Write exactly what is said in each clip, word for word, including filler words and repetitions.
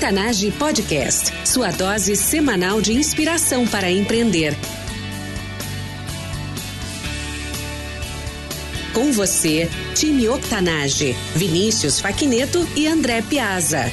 Octanage Podcast, sua dose semanal de inspiração para empreender. Com você, time Octanage, Vinícius Facchineto e André Piazza.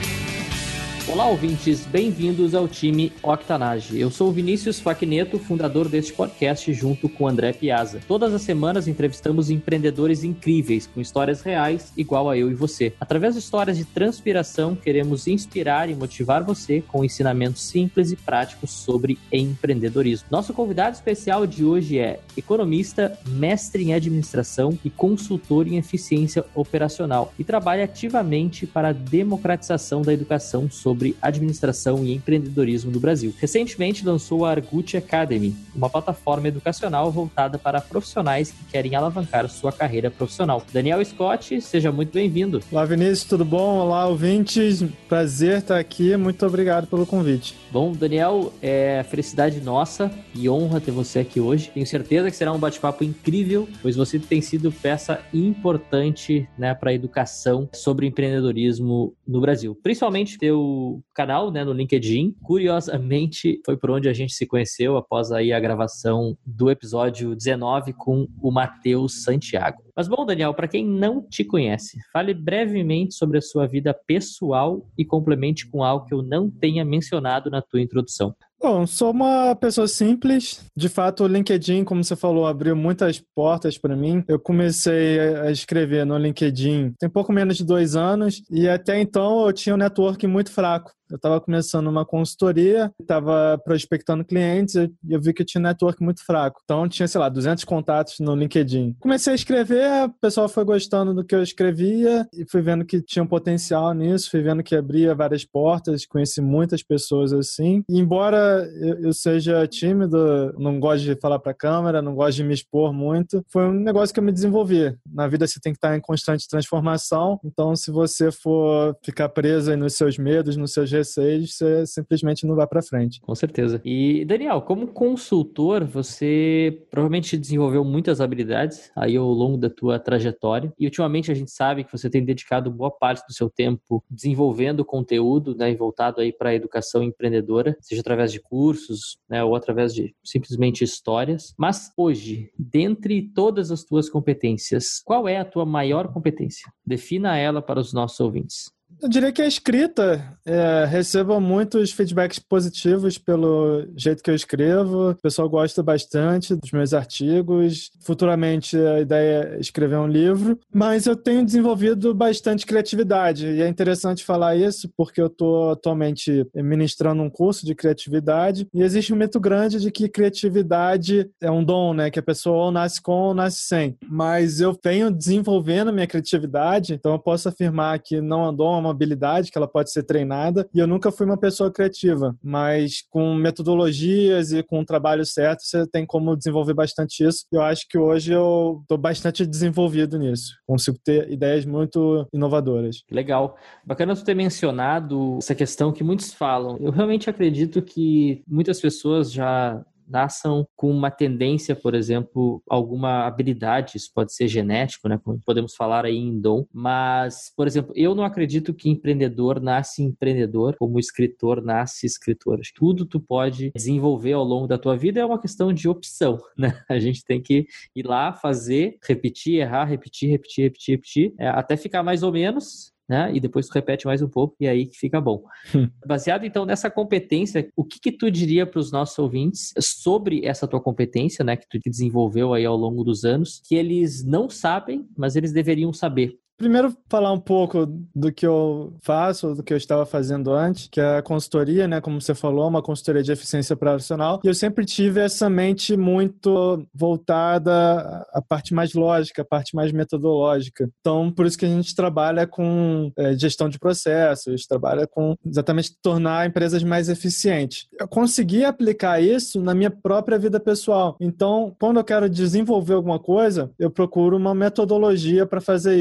Olá, ouvintes, bem-vindos ao time Octanage. Eu sou o Vinícius Facchineto, fundador deste podcast, junto com o André Piazza. Todas as semanas entrevistamos empreendedores incríveis, com histórias reais, igual a eu e você. Através de histórias de transpiração, queremos inspirar e motivar você com ensinamentos simples e práticos sobre empreendedorismo. Nosso convidado especial de hoje é economista, mestre em administração e consultor em eficiência operacional, e trabalha ativamente para a democratização da educação sobre sobre administração e empreendedorismo no Brasil. Recentemente lançou a Arguti Academy, uma plataforma educacional voltada para profissionais que querem alavancar sua carreira profissional. Daniel Scott, seja muito bem-vindo. Olá, Vinícius, tudo bom? Olá, ouvintes. Prazer estar aqui. Muito obrigado pelo convite. Bom, Daniel, é felicidade nossa e honra ter você aqui hoje. Tenho certeza que será um bate-papo incrível, pois você tem sido peça importante, né, para a educação sobre empreendedorismo no Brasil. Principalmente teu canal, né, no LinkedIn. Curiosamente, foi por onde a gente se conheceu após aí a gravação do episódio dezenove com o Matheus Santiago. Mas bom, Daniel, para quem não te conhece, fale brevemente sobre a sua vida pessoal e complemente com algo que eu não tenha mencionado na tua introdução. Bom, sou uma pessoa simples. De fato, o LinkedIn, como você falou, abriu muitas portas para mim. Eu comecei a escrever no LinkedIn tem pouco menos de dois anos e até então eu tinha um network muito fraco. Eu estava começando uma consultoria, estava prospectando clientes e eu vi que eu tinha um network muito fraco. Então, tinha, sei lá, duzentos contatos no LinkedIn. Comecei a escrever, o pessoal foi gostando do que eu escrevia e fui vendo que tinha um potencial nisso, fui vendo que abria várias portas, conheci muitas pessoas assim. E embora eu, eu seja tímido, não gosto de falar para a câmera, não gosto de me expor muito, foi um negócio que eu me desenvolvi. Na vida você tem que estar em constante transformação, então se você for ficar preso aí nos seus medos, nos seus receios, você simplesmente não vai para frente. Com certeza. E, Daniel, como consultor, você provavelmente desenvolveu muitas habilidades aí ao longo da tua trajetória. E, ultimamente, a gente sabe que você tem dedicado boa parte do seu tempo desenvolvendo conteúdo, né, voltado aí para a educação empreendedora, seja através de cursos, né, ou através de simplesmente histórias. Mas, hoje, dentre todas as tuas competências, qual é a tua maior competência? Defina ela para os nossos ouvintes. Eu diria que a escrita, é, recebo muitos feedbacks positivos pelo jeito que eu escrevo. O pessoal gosta bastante dos meus artigos. Futuramente a ideia é escrever um livro, mas eu tenho desenvolvido bastante criatividade. E é interessante falar isso porque eu estou atualmente ministrando um curso de criatividade e existe um mito grande de que criatividade é um dom, né? Que a pessoa ou nasce com ou nasce sem. Mas eu venho desenvolvendo minha criatividade, então eu posso afirmar que não é um dom, é uma habilidade que ela pode ser treinada, e eu nunca fui uma pessoa criativa, mas com metodologias e com o trabalho certo, você tem como desenvolver bastante isso. Eu acho que hoje eu estou bastante desenvolvido nisso, consigo ter ideias muito inovadoras. Legal. Bacana tu ter mencionado essa questão que muitos falam. Eu realmente acredito que muitas pessoas já nasçam com uma tendência, por exemplo, alguma habilidade, isso pode ser genético, né? Podemos falar aí em dom, mas, por exemplo, eu não acredito que empreendedor nasce empreendedor, como escritor nasce escritor. Tudo tu pode desenvolver ao longo da tua vida, é uma questão de opção, né? A gente tem que ir lá, fazer, repetir, errar, repetir, repetir, repetir, repetir, é, até ficar mais ou menos, né? E depois tu repete mais um pouco e aí que fica bom. Baseado então nessa competência, o que que tu diria para os nossos ouvintes sobre essa tua competência, né, que tu desenvolveu aí ao longo dos anos, que eles não sabem, mas eles deveriam saber? Primeiro, falar um pouco do que eu faço, do que eu estava fazendo antes, que é a consultoria, né? Como você falou, uma consultoria de eficiência operacional. E eu sempre tive essa mente muito voltada à parte mais lógica, à parte mais metodológica. Então, por isso que a gente trabalha com é, gestão de processos, trabalha com exatamente tornar empresas mais eficientes. Eu consegui aplicar isso na minha própria vida pessoal. Então, quando eu quero desenvolver alguma coisa, eu procuro uma metodologia para fazer isso.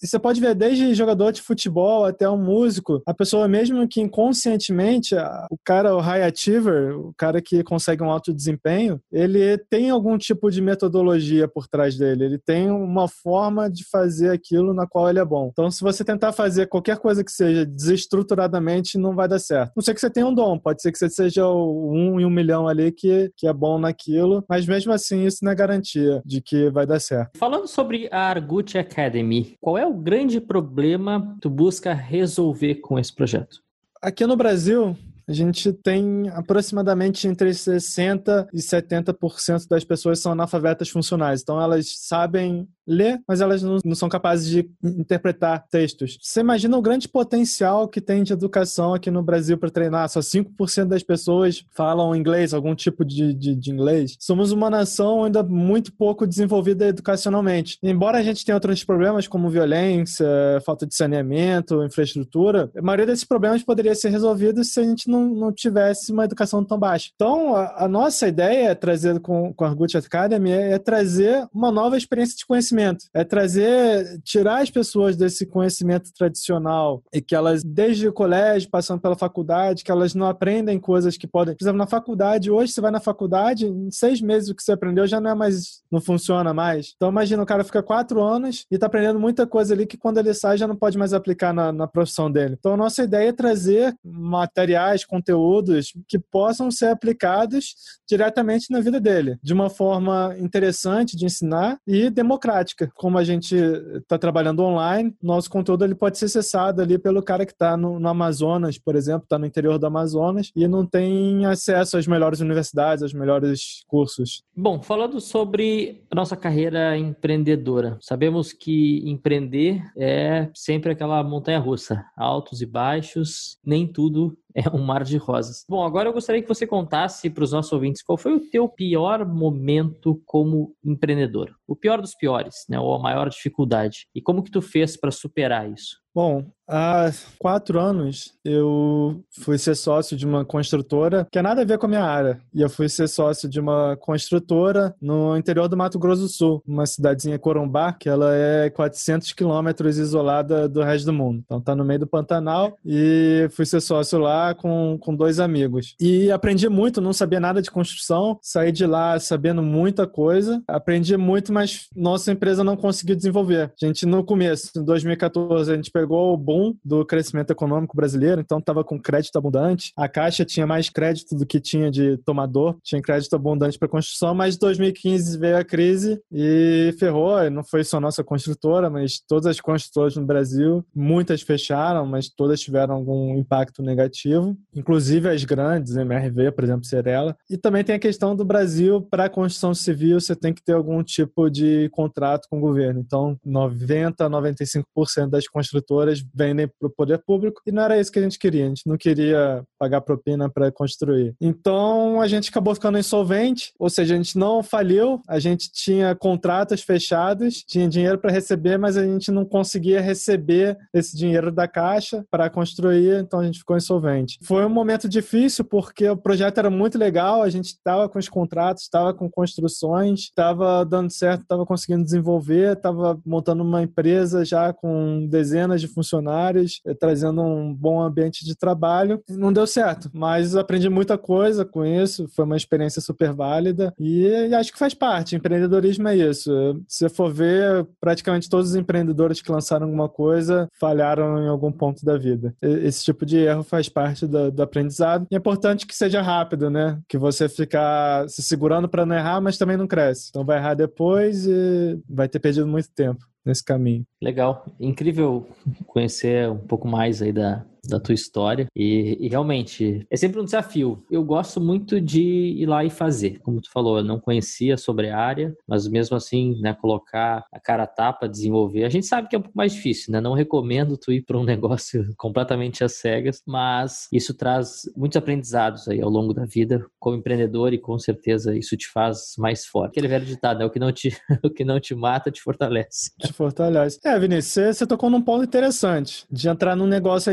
E você pode ver desde jogador de futebol até um músico, a pessoa mesmo que inconscientemente, o cara, o high achiever, o cara que consegue um alto desempenho, ele tem algum tipo de metodologia por trás dele, ele tem uma forma de fazer aquilo na qual ele é bom. Então, se você tentar fazer qualquer coisa que seja desestruturadamente, não vai dar certo. Não sei que você tenha um dom, pode ser que você seja o um em um milhão ali que, que é bom naquilo, mas mesmo assim isso não é garantia de que vai dar certo. Falando sobre a Arguti Academy, qual é o grande problema que tu busca resolver com esse projeto? Aqui no Brasil, a gente tem aproximadamente entre sessenta por cento e setenta por cento das pessoas são analfabetas funcionais. Então, elas sabem ler, mas elas não, não são capazes de interpretar textos. Você imagina o grande potencial que tem de educação aqui no Brasil para treinar. Só cinco por cento das pessoas falam inglês, algum tipo de, de, de inglês. Somos uma nação ainda muito pouco desenvolvida educacionalmente. Embora a gente tenha outros problemas como violência, falta de saneamento, infraestrutura, a maioria desses problemas poderia ser resolvido se a gente não, não tivesse uma educação tão baixa. Então, a, a nossa ideia, trazer com, com a Arguti Academy, é, é trazer uma nova experiência de conhecimento. É trazer, tirar as pessoas desse conhecimento tradicional e que elas, desde o colégio, passando pela faculdade, que elas não aprendem coisas que podem... Por exemplo, na faculdade, hoje você vai na faculdade, em seis meses o que você aprendeu já não é mais, não funciona mais. Então imagina, o cara fica quatro anos e está aprendendo muita coisa ali que quando ele sai já não pode mais aplicar na, na profissão dele. Então a nossa ideia é trazer materiais, conteúdos que possam ser aplicados diretamente na vida dele, de uma forma interessante de ensinar e democrática. Como a gente está trabalhando online, nosso conteúdo ele pode ser acessado ali pelo cara que está no, no Amazonas, por exemplo, está no interior do Amazonas e não tem acesso às melhores universidades, aos melhores cursos. Bom, falando sobre a nossa carreira empreendedora, sabemos que empreender é sempre aquela montanha-russa, altos e baixos, nem tudo é um mar de rosas. Bom, agora eu gostaria que você contasse para os nossos ouvintes qual foi o teu pior momento como empreendedor. O pior dos piores, né? Ou a maior dificuldade. E como que tu fez para superar isso? Bom, há quatro anos eu fui ser sócio de uma construtora que tem nada a ver com a minha área. E eu fui ser sócio de uma construtora no interior do Mato Grosso do Sul, uma cidadezinha Corumbá, que ela é quatrocentos quilômetros isolada do resto do mundo. Então tá no meio do Pantanal e fui ser sócio lá com, com dois amigos. E aprendi muito, não sabia nada de construção, saí de lá sabendo muita coisa. Aprendi muito, mas nossa empresa não conseguiu desenvolver. A gente no começo, em dois mil e catorze, a gente pegou o boom do crescimento econômico brasileiro, então estava com crédito abundante. A Caixa tinha mais crédito do que tinha de tomador, tinha crédito abundante para construção, mas em dois mil e quinze veio a crise e ferrou. Não foi só nossa construtora, mas todas as construtoras no Brasil, muitas fecharam, mas todas tiveram algum impacto negativo, inclusive as grandes, M R V, por exemplo, Cerela. E também tem a questão do Brasil, para a construção civil, você tem que ter algum tipo de contrato com o governo. Então, noventa a noventa e cinco por cento das construtoras vendem para o poder público e não era isso que a gente queria. A gente não queria pagar propina para construir. Então, a gente acabou ficando insolvente, ou seja, a gente não faliu, a gente tinha contratos fechados, tinha dinheiro para receber, mas a gente não conseguia receber esse dinheiro da Caixa para construir, então a gente ficou insolvente. Foi um momento difícil porque o projeto era muito legal, a gente estava com os contratos, estava com construções, estava dando certo, estava conseguindo desenvolver, estava montando uma empresa já com dezenas de funcionários, trazendo um bom ambiente de trabalho. Não deu certo, mas aprendi muita coisa com isso, foi uma experiência super válida e acho que faz parte. Empreendedorismo é isso. Se você for ver, praticamente todos os empreendedores que lançaram alguma coisa falharam em algum ponto da vida. Esse tipo de erro faz parte do, do aprendizado. E é importante que seja rápido, né? Que você ficar se segurando para não errar, mas também não cresce. Então vai errar depois e vai ter perdido muito tempo nesse caminho. Legal, incrível conhecer um pouco mais aí da, da tua história e, e realmente é sempre um desafio. Eu gosto muito de ir lá e fazer, como tu falou, eu não conhecia sobre a área, mas mesmo assim, né, colocar a cara a tapa, desenvolver, a gente sabe que é um pouco mais difícil, né? Não recomendo tu ir para um negócio completamente às cegas, mas isso traz muitos aprendizados aí ao longo da vida como empreendedor e com certeza isso te faz mais forte. Aquele velho ditado, né? O que não te, o que não te mata te fortalece. Te fortalece. É, Vinícius, você, você tocou num ponto interessante de entrar num negócio às cegas.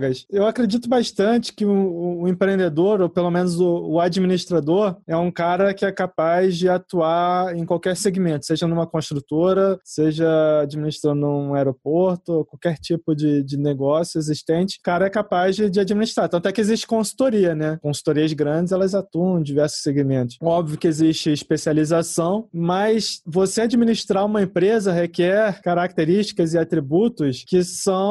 vagas. Eu acredito bastante que o, o empreendedor, ou pelo menos o, o administrador, é um cara que é capaz de atuar em qualquer segmento, seja numa construtora, seja administrando um aeroporto, ou qualquer tipo de, de negócio existente, o cara é capaz de, de administrar. Tanto é que existe consultoria, né? Consultorias grandes, elas atuam em diversos segmentos. Óbvio que existe especialização, mas você administrar uma empresa requer características e atributos que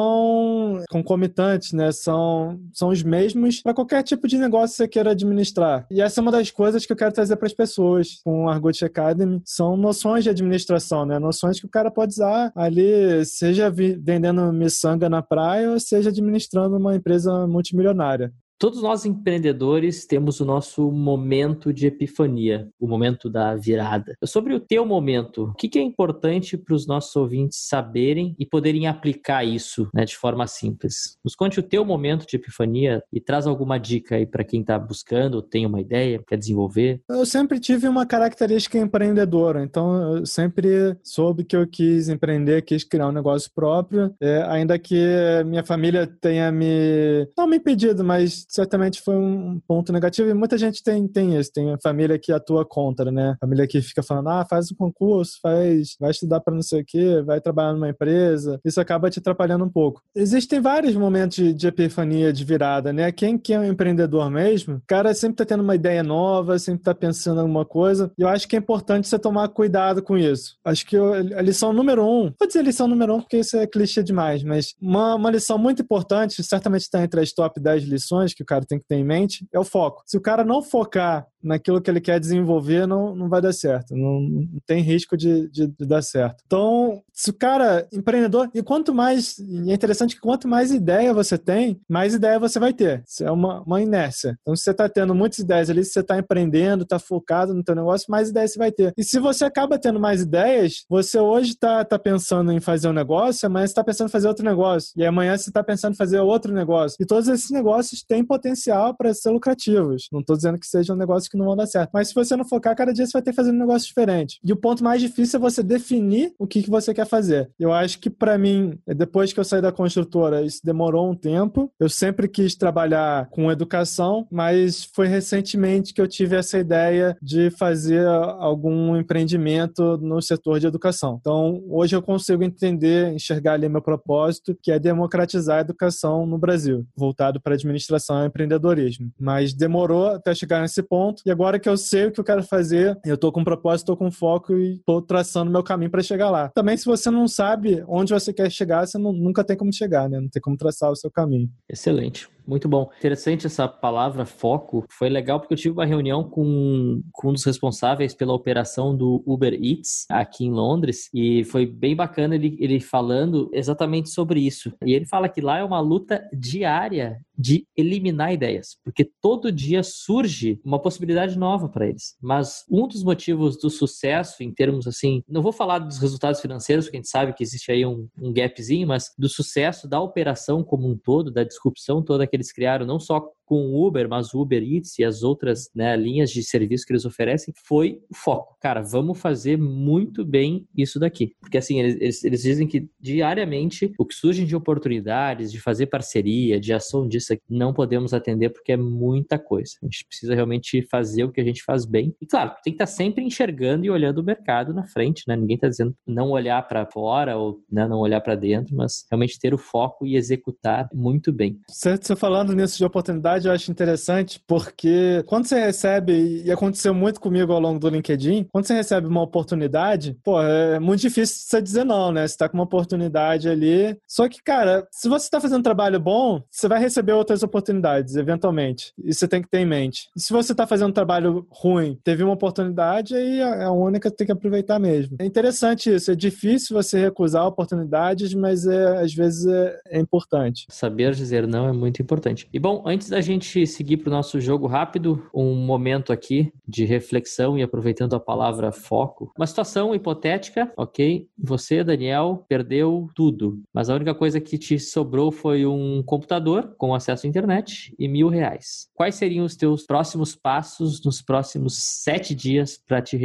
são concomitantes, né? São, são os mesmos para qualquer tipo de negócio que você queira administrar. E essa é uma das coisas que eu quero trazer para as pessoas com o Argot Academy. São noções de administração, né? Noções que o cara pode usar ali, seja vendendo miçanga na praia ou seja administrando uma empresa multimilionária. Todos nós empreendedores temos o nosso momento de epifania, o momento da virada. Sobre o teu momento, o que é importante para os nossos ouvintes saberem e poderem aplicar isso, né, de forma simples? Nos conte o teu momento de epifania e traz alguma dica aí para quem está buscando, tem uma ideia, quer desenvolver. Eu sempre tive uma característica empreendedora, então eu sempre soube que eu quis empreender, quis criar um negócio próprio, é, ainda que minha família tenha me... não me impedido, mas certamente foi um ponto negativo, e muita gente tem, tem isso, tem a família que atua contra, né? Família que fica falando, ah, faz um concurso, faz, vai estudar para não sei o quê, vai trabalhar numa empresa, isso acaba te atrapalhando um pouco. Existem vários momentos de, de epifania, de virada, né? Quem que é um empreendedor mesmo, o cara sempre tá tendo uma ideia nova, sempre tá pensando em alguma coisa, e eu acho que é importante você tomar cuidado com isso. Acho que eu, a lição número um, vou dizer lição número um porque isso é clichê demais, mas uma, uma lição muito importante, certamente está entre as top dez lições que o cara tem que ter em mente, é o foco. Se o cara não focar naquilo que ele quer desenvolver, não, não vai dar certo. Não, não tem risco de, de, de dar certo. Então, se o cara, empreendedor, e quanto mais, e é interessante que quanto mais ideia você tem, mais ideia você vai ter. Isso é uma, uma inércia. Então, se você está tendo muitas ideias ali, se você está empreendendo, está focado no teu negócio, mais ideias você vai ter. E se você acaba tendo mais ideias, você hoje está tá pensando em fazer um negócio, amanhã você está pensando em fazer outro negócio. E amanhã você está pensando em fazer outro negócio. E todos esses negócios têm potencial para ser lucrativos. Não estou dizendo que seja um negócio que não vão dar certo. Mas se você não focar, cada dia você vai ter que fazer um negócio diferente. E o ponto mais difícil é você definir o que, que você quer fazer. Eu acho que para mim, depois que eu saí da construtora, isso demorou um tempo. Eu sempre quis trabalhar com educação, mas foi recentemente que eu tive essa ideia de fazer algum empreendimento no setor de educação. Então, hoje eu consigo entender, enxergar ali meu propósito, que é democratizar a educação no Brasil, voltado para administração e empreendedorismo. Mas demorou até chegar nesse ponto, e agora que eu sei o que eu quero fazer, eu tô com um propósito, tô com foco e tô traçando meu caminho para chegar lá. Também, se você não sabe onde você quer chegar, você não, nunca tem como chegar, né? Não tem como traçar o seu caminho. Excelente. Muito bom. Interessante essa palavra foco. Foi legal porque eu tive uma reunião com, com um dos responsáveis pela operação do Uber Eats aqui em Londres, e foi bem bacana ele, ele falando exatamente sobre isso. E ele fala que lá é uma luta diária de eliminar ideias, porque todo dia surge uma possibilidade nova para eles. Mas um dos motivos do sucesso, em termos assim, não vou falar dos resultados financeiros, porque a gente sabe que existe aí um, um gapzinho, mas do sucesso da operação como um todo, da disrupção toda que eles criaram, não só com o Uber, mas o Uber Eats e as outras, né, linhas de serviço que eles oferecem, foi o foco. Cara, vamos fazer muito bem isso daqui. Porque assim, eles, eles, eles dizem que diariamente o que surge de oportunidades, de fazer parceria, de ação disso aqui, não podemos atender porque é muita coisa. A gente precisa realmente fazer o que a gente faz bem. E claro, tem que estar sempre enxergando e olhando o mercado na frente, né? Ninguém está dizendo não olhar para fora ou, né, não olhar para dentro, mas realmente ter o foco e executar muito bem. Certo, você falando nisso de oportunidade, eu acho interessante porque quando você recebe, e aconteceu muito comigo ao longo do LinkedIn, quando você recebe uma oportunidade, pô, é muito difícil você dizer não, né? Você tá com uma oportunidade ali. Só que, cara, se você tá fazendo um trabalho bom, você vai receber outras oportunidades, eventualmente. E você tem que ter em mente. E se você tá fazendo um trabalho ruim, teve uma oportunidade, aí é a única que tem que aproveitar mesmo. É interessante isso. É difícil você recusar oportunidades, mas é, às vezes é, é importante. Saber dizer não é muito importante. E bom, antes da gente seguir para o nosso jogo rápido, um momento aqui de reflexão e aproveitando a palavra foco. Uma situação hipotética, ok? Você, Daniel, perdeu tudo, mas a única coisa que te sobrou foi um computador com acesso à internet e mil reais. Quais seriam os teus próximos passos nos próximos sete dias para te reerguer?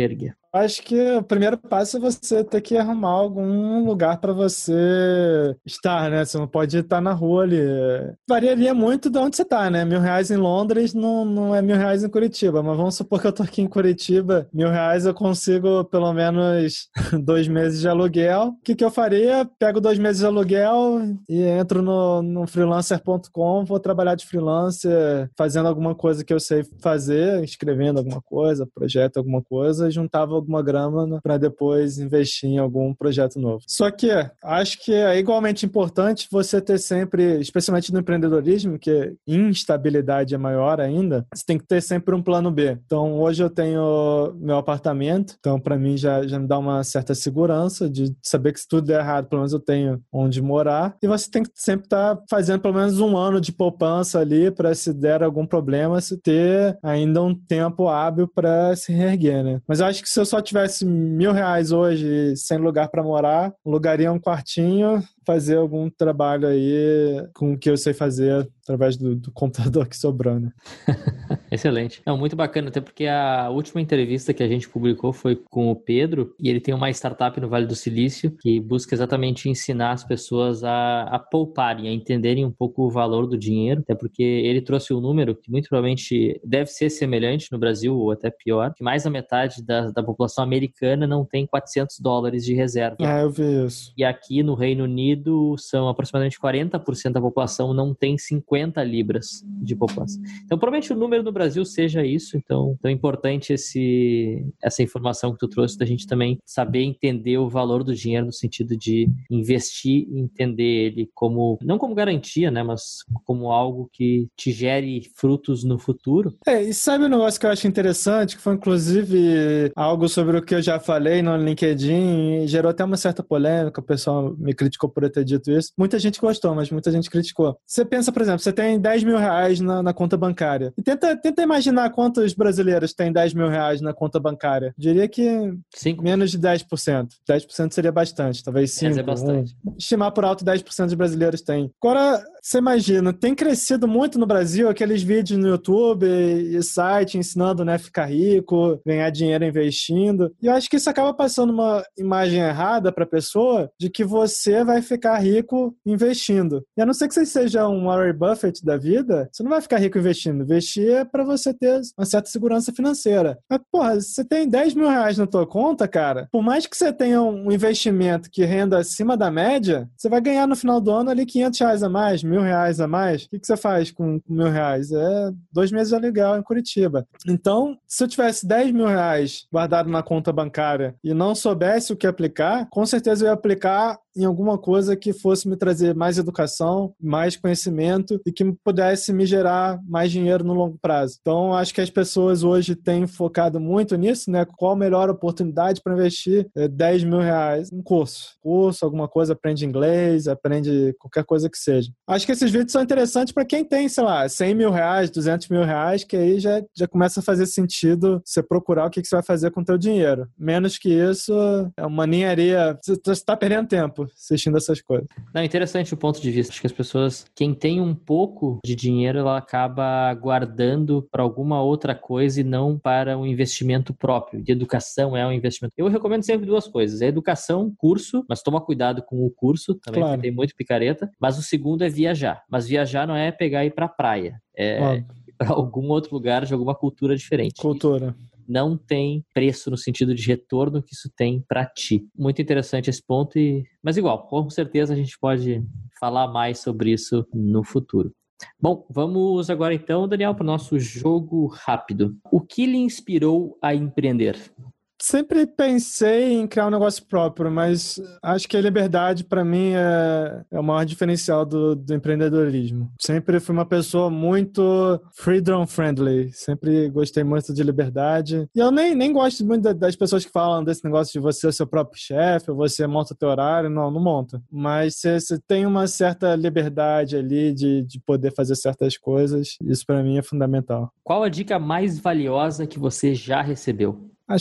acho que o primeiro passo é você ter que arrumar algum lugar para você estar, né? Você não pode estar na rua ali. Variaria muito de onde você tá, né? Mil reais em Londres não, não é mil reais em Curitiba, mas vamos supor que eu tô aqui em Curitiba, mil reais eu consigo pelo menos dois meses de aluguel. O que que eu faria? Pego dois meses de aluguel e entro no, no freelancer ponto com, vou trabalhar de freelancer, fazendo alguma coisa que eu sei fazer, escrevendo alguma coisa, projeto alguma coisa, e juntava alguma grana para depois investir em algum projeto novo. Só que acho que é igualmente importante você ter sempre, especialmente no empreendedorismo, que a instabilidade é maior ainda, você tem que ter sempre um plano B. Então, hoje eu tenho meu apartamento, então para mim já, já me dá uma certa segurança de saber que se tudo der errado, pelo menos eu tenho onde morar. E você tem que sempre estar tá fazendo pelo menos um ano de poupança ali para, se der algum problema, se ter ainda um tempo hábil para se reerguer, né? Mas eu acho que se eu só tivesse mil reais hoje sem lugar para morar, alugaria um quartinho, fazer algum trabalho aí com o que eu sei fazer através do, do computador que sobrou, né? Excelente. Não, muito bacana, até porque a última entrevista que a gente publicou foi com o Pedro, e ele tem uma startup no Vale do Silício que busca exatamente ensinar as pessoas a, a pouparem, a entenderem um pouco o valor do dinheiro, até porque ele trouxe um número que muito provavelmente deve ser semelhante no Brasil, ou até pior, que mais da metade da, da população americana não tem quatrocentos dólares de reserva. Ah, eu vi isso. E aqui no Reino Unido são aproximadamente quarenta por cento da população não tem cinquenta libras de poupança. Então, provavelmente o número no Brasil seja isso, então é importante esse, essa informação que tu trouxe da gente também saber entender o valor do dinheiro no sentido de investir e entender ele como, não como garantia, né, mas como algo que te gere frutos no futuro. É, e sabe um negócio que eu acho interessante, que foi inclusive algo sobre o que eu já falei no LinkedIn e gerou até uma certa polêmica, o pessoal me criticou por eu ter dito isso. Muita gente gostou, mas muita gente criticou. Você pensa, por exemplo, você tem dez mil reais na, na conta bancária e tenta, tenta imaginar quantos brasileiros têm dez mil reais na conta bancária. Diria que Cinco. Menos de dez por cento. dez por cento seria bastante, talvez cinco por cento. É bastante. Um. Estimar por alto dez por cento dos brasileiros têm. Agora, você imagina, tem crescido muito no Brasil aqueles vídeos no YouTube e, e site ensinando, né, ficar rico, ganhar dinheiro investindo. E eu acho que isso acaba passando uma imagem errada para a pessoa de que você vai ficar rico investindo. E a não ser que você seja um Warren Buffett da vida, você não vai ficar rico investindo. Investir é para você ter uma certa segurança financeira. Mas, porra, você tem dez mil reais na tua conta, cara, por mais que você tenha um investimento que renda acima da média, você vai ganhar no final do ano ali quinhentos reais a mais, mil reais a mais. O que, que você faz com mil reais? É dois meses de aluguel em Curitiba. Então, se eu tivesse dez mil reais guardado na conta bancária e não soubesse o que aplicar, com certeza eu ia aplicar em alguma coisa que fosse me trazer mais educação, mais conhecimento e que pudesse me gerar mais dinheiro no longo prazo. Então, acho que as pessoas hoje têm focado muito nisso, né? Qual a melhor oportunidade para investir é, dez mil reais em curso? Curso, alguma coisa, aprende inglês, aprende qualquer coisa que seja. Acho que esses vídeos são interessantes para quem tem, sei lá, cem mil reais, duzentos mil reais, que aí já, já começa a fazer sentido você procurar o que, que você vai fazer com o teu dinheiro. Menos que isso, é uma ninharia. Você está perdendo tempo assistindo essas coisas. Não, interessante o ponto de vista. Acho que as pessoas, quem tem um pouco de dinheiro, ela acaba guardando para alguma outra coisa e não para um investimento próprio. De educação é um investimento. Eu recomendo sempre duas coisas. É educação, curso, mas toma cuidado com o curso também, claro, porque tem muito picareta. Mas o segundo é viajar. Mas viajar não é pegar e ir para a praia. É ir para algum outro lugar de alguma cultura diferente. Cultura. Não tem preço no sentido de retorno que isso tem para ti. Muito interessante esse ponto, e... mas igual, com certeza a gente pode falar mais sobre isso no futuro. Bom, vamos agora então, Daniel, para o nosso jogo rápido. O que lhe inspirou a empreender? Sempre pensei em criar um negócio próprio, mas acho que a liberdade, para mim, é, é o maior diferencial do, do empreendedorismo. Sempre fui uma pessoa muito freedom friendly, sempre gostei muito de liberdade. E eu nem, nem gosto muito das pessoas que falam desse negócio de você ser seu próprio chefe, ou você monta teu horário. Não, não monta. Mas você, você tem uma certa liberdade ali de, de poder fazer certas coisas. Isso, para mim, é fundamental. Qual a dica mais valiosa que você já recebeu? Acho que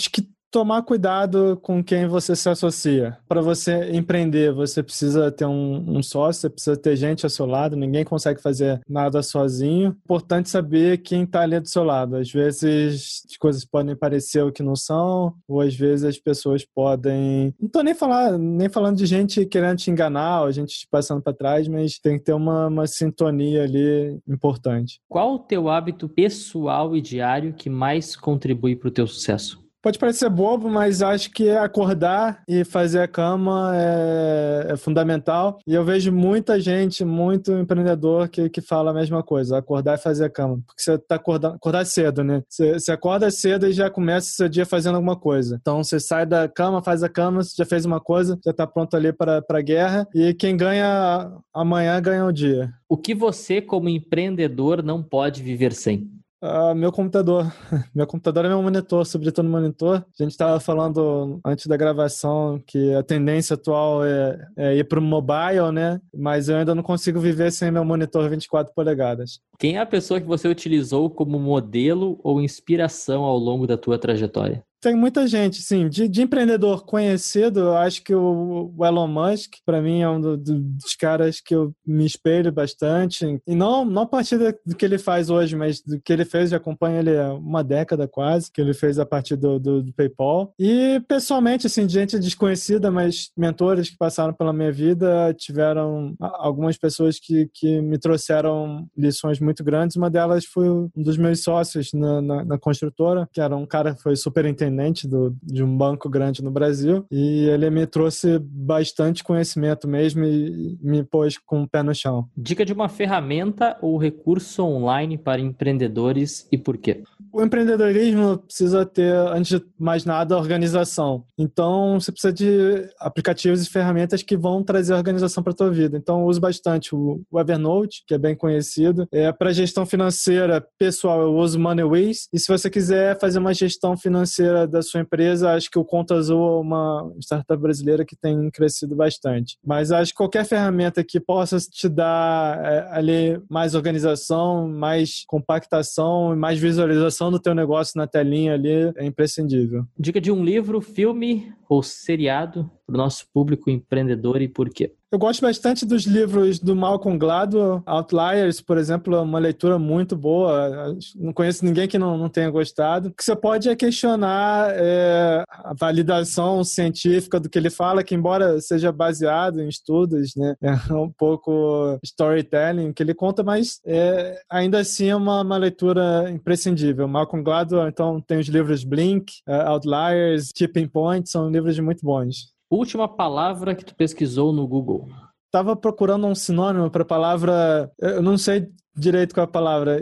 tomar cuidado com quem você se associa. Para você empreender, você precisa ter um, um sócio, você precisa ter gente ao seu lado, ninguém consegue fazer nada sozinho. Importante saber quem está ali do seu lado. Às vezes as coisas podem parecer o que não são, ou às vezes as pessoas podem... Não estou nem, falar, nem falando de gente querendo te enganar, ou gente te passando para trás, mas tem que ter uma, uma sintonia ali importante. Qual o teu hábito pessoal e diário que mais contribui para o teu sucesso? Pode parecer bobo, mas acho que acordar e fazer a cama é, é fundamental. E eu vejo muita gente, muito empreendedor que, que fala a mesma coisa, acordar e fazer a cama. Porque você tá acordando, acordar cedo, né? Você, você acorda cedo e já começa o seu dia fazendo alguma coisa. Então você sai da cama, faz a cama, você já fez uma coisa, já tá pronto ali para a guerra. E quem ganha amanhã ganha o dia. O que você, como empreendedor, não pode viver sem? Uh, meu computador. Meu computador é meu monitor, sobretudo monitor. A gente estava falando antes da gravação que a tendência atual é, é ir para o mobile, né? Mas eu ainda não consigo viver sem meu monitor vinte e quatro polegadas. Quem é a pessoa que você utilizou como modelo ou inspiração ao longo da tua trajetória? Tem muita gente, sim. De, de empreendedor conhecido, eu acho que o, o Elon Musk, para mim, é um do, do, dos caras que eu me espelho bastante. E não, não a partir do que ele faz hoje, mas do que ele fez, já acompanho ele há uma década quase, que ele fez a partir do, do, do PayPal. E, pessoalmente, assim, de gente desconhecida, mas mentores que passaram pela minha vida, tiveram algumas pessoas que, que me trouxeram lições muito grandes. Uma delas foi um dos meus sócios na, na, na construtora, que era um cara que foi super inteligente, Do, de um banco grande no Brasil, e ele me trouxe bastante conhecimento mesmo e me pôs com o pé no chão. Dica de uma ferramenta ou recurso online para empreendedores e por quê? O empreendedorismo precisa ter, antes de mais nada, organização. Então, você precisa de aplicativos e ferramentas que vão trazer organização para a tua vida. Então, eu uso bastante o Evernote, que é bem conhecido. É, para gestão financeira pessoal, eu uso Moneywiz. E se você quiser fazer uma gestão financeira da sua empresa, acho que o Conta Azul é uma startup brasileira que tem crescido bastante. Mas acho que qualquer ferramenta que possa te dar é, ali mais organização, mais compactação e mais visualização do teu negócio na telinha ali é imprescindível. Dica de um livro, filme ou seriado para o nosso público empreendedor e por quê? Eu gosto bastante dos livros do Malcolm Gladwell. Outliers, por exemplo, é uma leitura muito boa. Não conheço ninguém que não, não tenha gostado. O que você pode é questionar é, a validação científica do que ele fala, que embora seja baseado em estudos, né, é um pouco storytelling que ele conta, mas é, ainda assim é uma, uma leitura imprescindível. Malcolm Gladwell, então, tem os livros Blink, uh, Outliers, Tipping Point, são livros muito bons. Última palavra que tu pesquisou no Google. Estava procurando um sinônimo para a palavra, eu não sei direito qual é a palavra,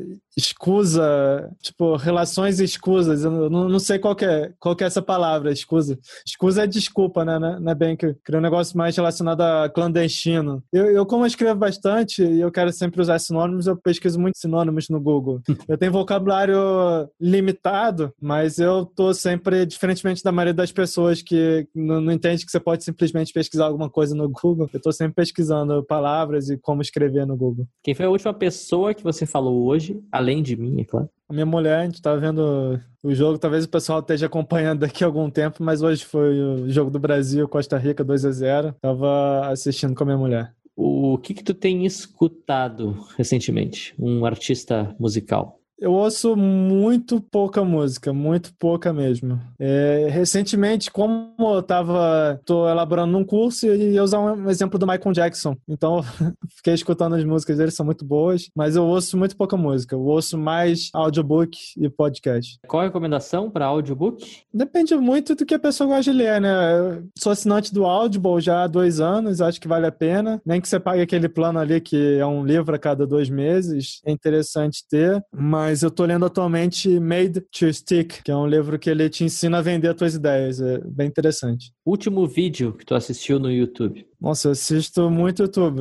escusa, tipo, relações escusas, eu não, não sei qual que, é, qual que é essa palavra, escusa. Escusa é desculpa, né? Não é bem que cria um negócio mais relacionado a clandestino. Eu, eu, como eu escrevo bastante e eu quero sempre usar sinônimos, eu pesquiso muitos sinônimos no Google. Eu tenho vocabulário limitado, mas eu tô sempre, diferentemente da maioria das pessoas que não, não entende que você pode simplesmente pesquisar alguma coisa no Google, eu tô sempre pesquisando palavras e como escrever no Google. Quem foi a última pessoa que você falou hoje, além de mim, é claro? A minha mulher, a gente tá vendo o jogo, talvez o pessoal esteja acompanhando daqui a algum tempo, mas hoje foi o jogo do Brasil, Costa Rica, dois a zero. Tava assistindo com a minha mulher. O que que tu tem escutado recentemente? Um artista musical? Eu ouço muito pouca música, muito pouca mesmo. É, recentemente, como eu tava, tô elaborando um curso e ia usar um exemplo do Michael Jackson. Então, fiquei escutando as músicas dele, são muito boas, mas eu ouço muito pouca música. Eu ouço mais audiobook e podcast. Qual a recomendação para audiobook? Depende muito do que a pessoa gosta de ler, né? Eu sou assinante do Audible já há dois anos, acho que vale a pena. Nem que você pague aquele plano ali que é um livro a cada dois meses, é interessante ter, mas Mas eu tô lendo atualmente Made to Stick, que é um livro que ele te ensina a vender as tuas ideias. É bem interessante. Último vídeo que tu assistiu no YouTube? Nossa, eu assisto muito YouTube.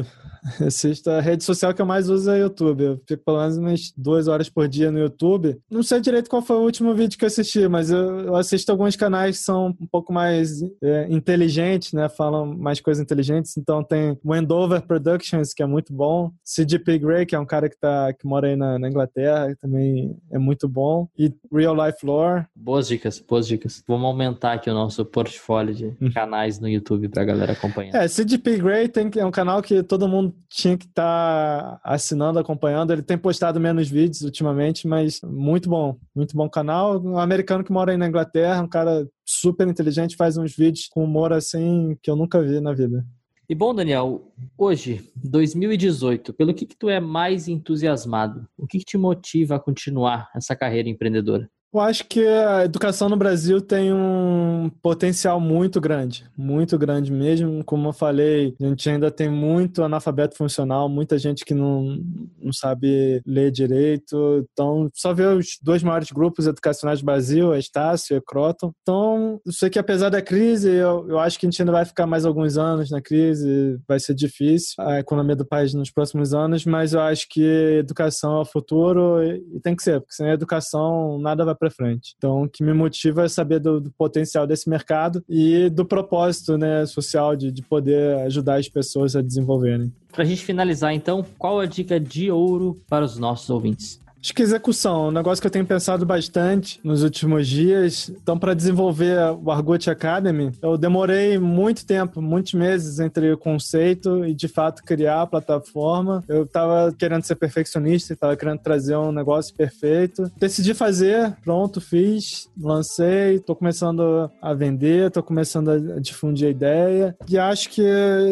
Assisto. A rede social que eu mais uso é o YouTube. Eu fico pelo menos umas duas horas por dia no YouTube. Não sei direito qual foi o último vídeo que eu assisti, mas eu, eu assisto alguns canais que são um pouco mais é, inteligentes, né? Falam mais coisas inteligentes. Então tem Wendover Productions, que é muito bom. C D P Grey, que é um cara que, tá, que mora aí na, na Inglaterra, que também é muito bom. E Real Life Lore. Boas dicas, boas dicas. Vamos aumentar aqui o nosso portfólio de canais no YouTube pra galera acompanhar. É, C D P Grey tem, é um canal que todo mundo tinha que estar tá assinando, acompanhando. Ele tem postado menos vídeos ultimamente, mas muito bom. Muito bom canal. Um americano que mora aí na Inglaterra, um cara super inteligente, faz uns vídeos com humor assim que eu nunca vi na vida. E bom, Daniel, hoje, dois mil e dezoito, pelo que que tu é mais entusiasmado? O que que te motiva a continuar essa carreira empreendedora? Eu acho que a educação no Brasil tem um potencial muito grande, muito grande mesmo. Como eu falei, a gente ainda tem muito analfabeto funcional, muita gente que não, não sabe ler direito. Então, só ver os dois maiores grupos educacionais do Brasil, a Estácio e a Croton. Então, eu sei que apesar da crise, eu, eu acho que a gente ainda vai ficar mais alguns anos na crise, vai ser difícil a economia do país nos próximos anos, mas eu acho que educação é o futuro e tem que ser, porque sem a educação nada vai para frente. Então, o que me motiva é saber do, do potencial desse mercado e do propósito, né, social de, de poder ajudar as pessoas a desenvolverem. Para a gente finalizar, então, qual a dica de ouro para os nossos ouvintes? Acho que execução, um negócio que eu tenho pensado bastante nos últimos dias. Então, para desenvolver o Argot Academy, eu demorei muito tempo, muitos meses entre o conceito e, de fato, criar a plataforma. Eu estava querendo ser perfeccionista, estava querendo trazer um negócio perfeito. Decidi fazer, pronto, fiz, lancei, estou começando a vender, estou começando a difundir a ideia. E acho que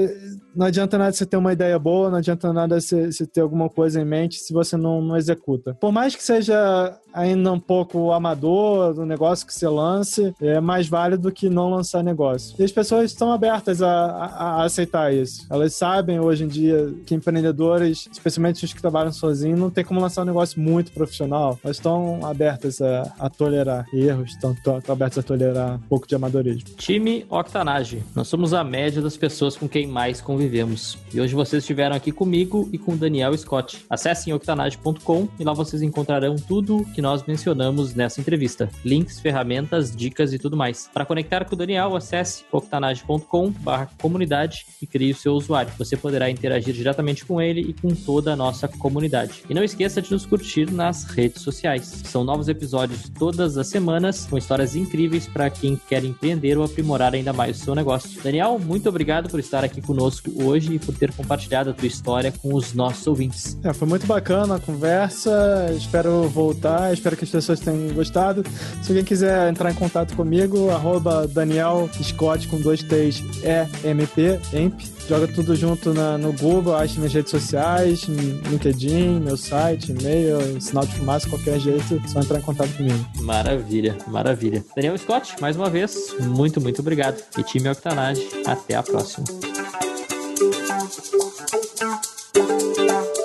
não adianta nada você ter uma ideia boa, não adianta nada você, você ter alguma coisa em mente se você não, não executa. Por mais que seja ainda um pouco amador do negócio que você lance, é mais válido que não lançar negócio. E as pessoas estão abertas a, a, a aceitar isso. Elas sabem hoje em dia que empreendedores, especialmente os que trabalham sozinhos, não tem como lançar um negócio muito profissional. Elas estão abertas a, a tolerar erros, estão, estão abertas a tolerar um pouco de amadorismo. Time Octanage. Nós somos a média das pessoas com quem mais convivemos. E hoje vocês estiveram aqui comigo e com o Daniel Scott. Acessem octanage ponto com e lá vocês encontrarão tudo que nós mencionamos nessa entrevista. Links, ferramentas, dicas e tudo mais. Para conectar com o Daniel, acesse octanage ponto com barra comunidade e crie o seu usuário. Você poderá interagir diretamente com ele e com toda a nossa comunidade. E não esqueça de nos curtir nas redes sociais. São novos episódios todas as semanas, com histórias incríveis para quem quer empreender ou aprimorar ainda mais o seu negócio. Daniel, muito obrigado por estar aqui conosco hoje e por ter compartilhado a tua história com os nossos ouvintes. É, foi muito bacana a conversa, espero voltar, espero que as pessoas tenham gostado. Se alguém quiser entrar em contato comigo, arroba Daniel Scott com dois T's E M P, E M P. Joga tudo junto na, no Google, acha minhas redes sociais, LinkedIn, meu site, e-mail, sinal de fumaça, qualquer jeito, é só entrar em contato comigo. Maravilha, maravilha. Daniel Scott, mais uma vez, muito, muito obrigado. E time Octanage, até a próxima. Thank you.